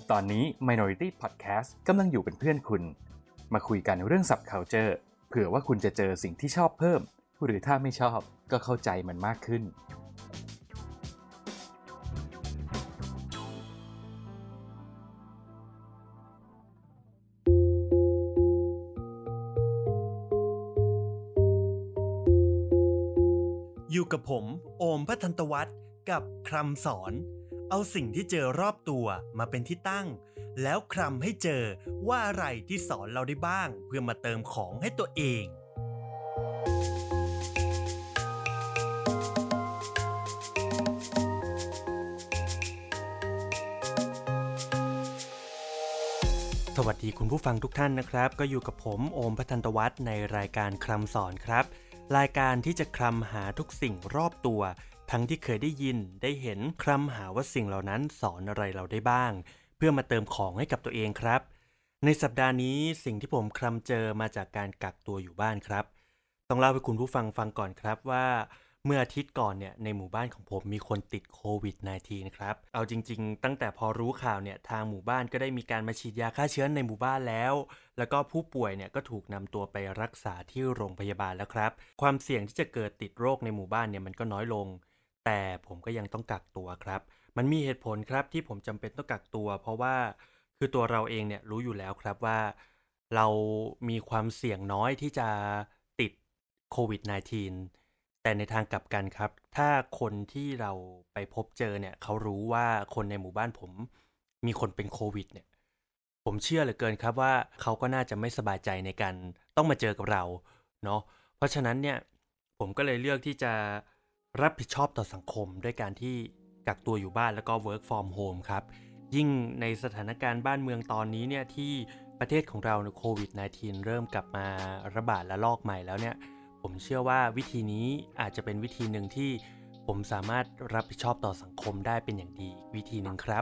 ตอนนี้ Minority Podcast กำลังอยู่เป็นเพื่อนคุณมาคุยกันเรื่อง Subculture เผื่อว่าคุณจะเจอสิ่งที่ชอบเพิ่มหรือถ้าไม่ชอบก็เข้าใจมันมากขึ้นอยู่กับผมโอมพทันตวัฒน์กับคำสอนเอาสิ่งที่เจอรอบตัวมาเป็นที่ตั้งแล้วคำให้เจอว่าอะไรที่สอนเราได้บ้างเพื่อมาเติมของให้ตัวเองสวัสดีคุณผู้ฟังทุกท่านนะครับก็อยู่กับผมโอมพทันตวัฒน์ในรายการคำสอนครับรายการที่จะคลำหาทุกสิ่งรอบตัวทั้งที่เคยได้ยินได้เห็นคลำหาว่าสิ่งเหล่านั้นสอนอะไรเราได้บ้างเพื่อมาเติมของให้กับตัวเองครับในสัปดาห์นี้สิ่งที่ผมคลำเจอมาจากการกักตัวอยู่บ้านครับต้องเล่าให้คุณผู้ฟังฟังก่อนครับว่าเมื่ออาทิตย์ก่อนเนี่ยในหมู่บ้านของผมมีคนติดโควิด -19 นะครับเอาจริงๆตั้งแต่พอรู้ข่าวเนี่ยทางหมู่บ้านก็ได้มีการมาฉีดยาฆ่าเชื้อในหมู่บ้านแล้วก็ผู้ป่วยเนี่ยก็ถูกนำตัวไปรักษาที่โรงพยาบาลแล้วครับความเสี่ยงที่จะเกิดติดโรคในหมู่บ้านเนี่ยมันก็น้อยลงแต่ผมก็ยังต้องกักตัวครับมันมีเหตุผลครับที่ผมจำเป็นต้องกักตัวเพราะว่าคือตัวเราเองเนี่ยรู้อยู่แล้วครับว่าเรามีความเสี่ยงน้อยที่จะติดโควิด -19 แต่ในทางกลับกันครับถ้าคนที่เราไปพบเจอเนี่ยเขารู้ว่าคนในหมู่บ้านผมมีคนเป็นโควิดเนี่ยผมเชื่อเหลือเกินครับว่าเขาก็น่าจะไม่สบายใจในการต้องมาเจอกับเราเนาะเพราะฉะนั้นเนี่ยผมก็เลยเลือกที่จะรับผิดชอบต่อสังคมด้วยการที่กักตัวอยู่บ้านแล้วก็ work from home ครับยิ่งในสถานการณ์บ้านเมืองตอนนี้เนี่ยที่ประเทศของเราโควิด -19 เริ่มกลับมาระบาดระลอกใหม่แล้วเนี่ยผมเชื่อว่าวิธีนี้อาจจะเป็นวิธีหนึ่งที่ผมสามารถรับผิดชอบต่อสังคมได้เป็นอย่างดีวิธีหนึ่งครับ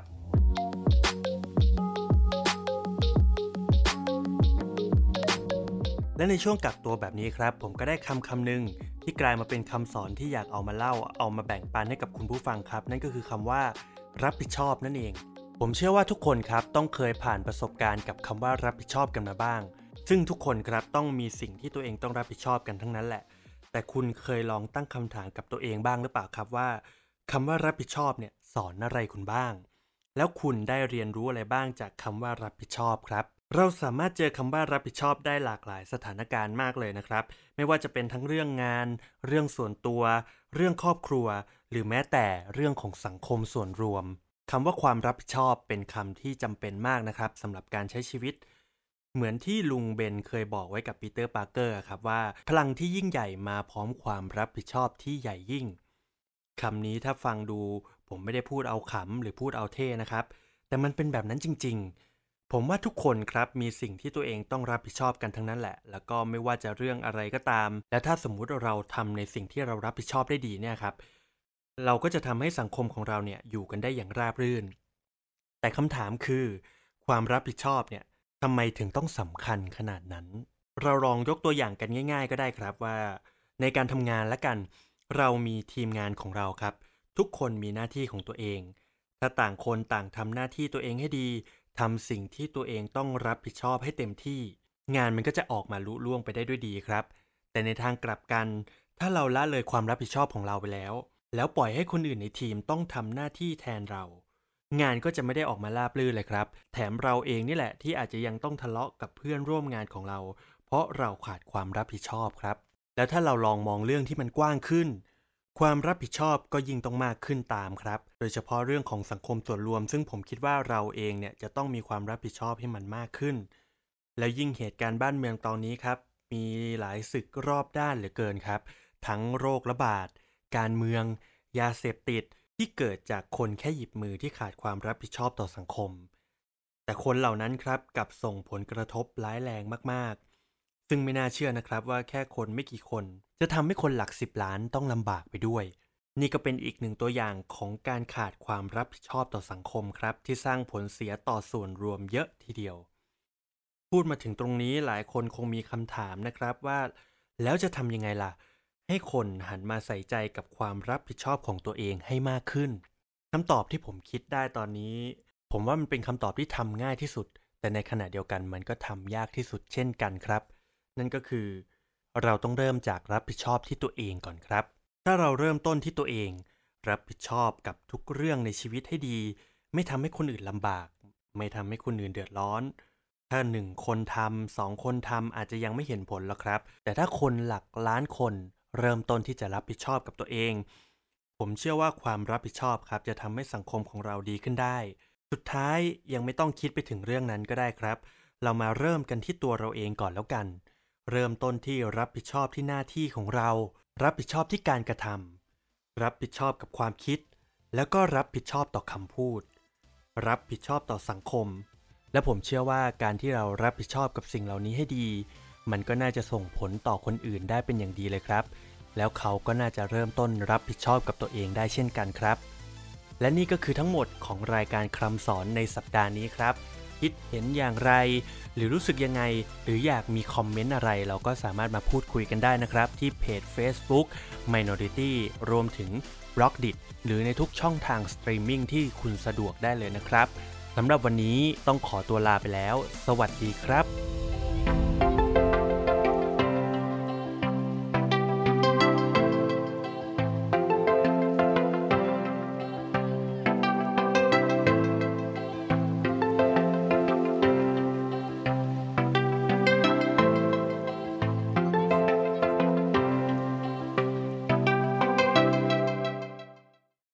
และในช่วงกักตัวแบบนี้ครับผมก็ได้คำหนึ่งที่กลายมาเป็นคำสอนที่อยากเอามาเล่าเอามาแบ่งปันให้กับคุณผู้ฟังครับนั่นก็คือคำว่ารับผิดชอบนั่นเองผมเชื่อว่าทุกคนครับต้องเคยผ่านประสบการณ์กับคำว่ารับผิดชอบกันมาบ้างซึ่งทุกคนครับต้องมีสิ่งที่ตัวเองต้องรับผิดชอบกันทั้งนั้นแหละแต่คุณเคยลองตั้งคำถามกับตัวเองบ้างหรือเปล่าครับว่าคำว่ารับผิดชอบเนี่ยสอนอะไรคุณบ้างแล้วคุณได้เรียนรู้อะไรบ้างจากคำว่ารับผิดชอบครับเราสามารถเจอคำว่ารับผิดชอบได้หลากหลายสถานการณ์มากเลยนะครับไม่ว่าจะเป็นทั้งเรื่องงานเรื่องส่วนตัวเรื่องครอบครัวหรือแม้แต่เรื่องของสังคมส่วนรวมคำว่าความรับผิดชอบเป็นคำที่จำเป็นมากนะครับสำหรับการใช้ชีวิตเหมือนที่ลุงเบนเคยบอกไว้กับปีเตอร์ปาร์เกอร์ครับว่าพลังที่ยิ่งใหญ่มาพร้อมความรับผิดชอบที่ใหญ่ยิ่งคำนี้ถ้าฟังดูผมไม่ได้พูดเอาขำหรือพูดเอาเท่นะครับแต่มันเป็นแบบนั้นจริงๆผมว่าทุกคนครับมีสิ่งที่ตัวเองต้องรับผิดชอบกันทั้งนั้นแหละแล้วก็ไม่ว่าจะเรื่องอะไรก็ตามและถ้าสมมุติเราทำในสิ่งที่เรารับผิดชอบได้ดีเนี่ยครับเราก็จะทำให้สังคมของเราเนี่ยอยู่กันได้อย่างราบรื่นแต่คำถามคือความรับผิดชอบเนี่ยทำไมถึงต้องสำคัญขนาดนั้นเราลองยกตัวอย่างกันง่ายๆก็ได้ครับว่าในการทำงานละกันเรามีทีมงานของเราครับทุกคนมีหน้าที่ของตัวเองถ้าต่างคนต่างทำหน้าที่ตัวเองให้ดีทำสิ่งที่ตัวเองต้องรับผิดชอบให้เต็มที่งานมันก็จะออกมาลุล่วงไปได้ด้วยดีครับแต่ในทางกลับกันถ้าเราละเลยความรับผิดชอบของเราไปแล้วปล่อยให้คนอื่นในทีมต้องทำหน้าที่แทนเรางานก็จะไม่ได้ออกมาราบรื่นเลยครับแถมเราเองนี่แหละที่อาจจะยังต้องทะเลาะกับเพื่อนร่วมงานของเราเพราะเราขาดความรับผิดชอบครับแล้วถ้าเราลองมองเรื่องที่มันกว้างขึ้นความรับผิดชอบก็ยิ่งต้องมากขึ้นตามครับโดยเฉพาะเรื่องของสังคมส่วนรวมซึ่งผมคิดว่าเราเองเนี่ยจะต้องมีความรับผิดชอบให้มันมากขึ้นแล้วยิ่งเหตุการณ์บ้านเมืองตอนนี้ครับมีหลายศึกรอบด้านเหลือเกินครับทั้งโรคระบาดการเมืองยาเสพติดที่เกิดจากคนแค่หยิบมือที่ขาดความรับผิดชอบต่อสังคมแต่คนเหล่านั้นครับกลับส่งผลกระทบร้ายแรงมากๆซึ่งไม่น่าเชื่อนะครับว่าแค่คนไม่กี่คนจะทำให้คนหลัก10 ล้านต้องลำบากไปด้วยนี่ก็เป็นอีกหนึ่งตัวอย่างของการขาดความรับผิดชอบต่อสังคมครับที่สร้างผลเสียต่อส่วนรวมเยอะทีเดียวพูดมาถึงตรงนี้หลายคนคงมีคำถามนะครับว่าแล้วจะทำยังไงล่ะให้คนหันมาใส่ใจกับความรับผิดชอบของตัวเองให้มากขึ้นคำตอบที่ผมคิดได้ตอนนี้ผผมว่ามันเป็นคำตอบที่ทำง่ายที่สุดแต่ในขณะเดียวกันมันก็ทำยากที่สุดเช่นกันครับนั่นก็คือเราต้องเริ่มจากรับผิดชอบที่ตัวเองก่อนครับถ้าเราเริ่มต้นที่ตัวเองรับผิดชอบกับทุกเรื่องในชีวิตให้ดีไม่ทำให้คนอื่นลำบากไม่ทำให้คนอื่นเดือดร้อนถ้า1 คนทำ2 คนทำอาจจะยังไม่เห็นผลหรอกครับแต่ถ้าคนหลักล้านคนเริ่มต้นที่จะรับผิดชอบกับตัวเองผมเชื่อว่าความรับผิดชอบครับจะทำให้สังคมของเราดีขึ้นได้สุดท้ายยังไม่ต้องคิดไปถึงเรื่องนั้นก็ได้ครับเรามาเริ่มกันที่ตัวเราเองก่อนแล้วกันเริ่มต้นที่รับผิดชอบที่หน้าที่ของเรารับผิดชอบที่การกระทำรับผิดชอบกับความคิดแล้วก็รับผิดชอบต่อคำพูดรับผิดชอบต่อสังคมและผมเชื่อว่าการที่เรารับผิดชอบกับสิ่งเหล่านี้ให้ดีมันก็น่าจะส่งผลต่อคนอื่นได้เป็นอย่างดีเลยครับแล้วเขาก็น่าจะเริ่มต้นรับผิดชอบกับตัวเองได้เช่นกันครับและนี่ก็คือทั้งหมดของรายการคำสอนในสัปดาห์นี้ครับคิดเห็นอย่างไรหรือรู้สึกยังไงหรืออยากมีคอมเมนต์อะไรเราก็สามารถมาพูดคุยกันได้นะครับที่เพจ Facebook Minority รวมถึง Blogdit หรือในทุกช่องทางสตรีมมิ่งที่คุณสะดวกได้เลยนะครับสำหรับวันนี้ต้องขอตัวลาไปแล้วสวัสดีครับ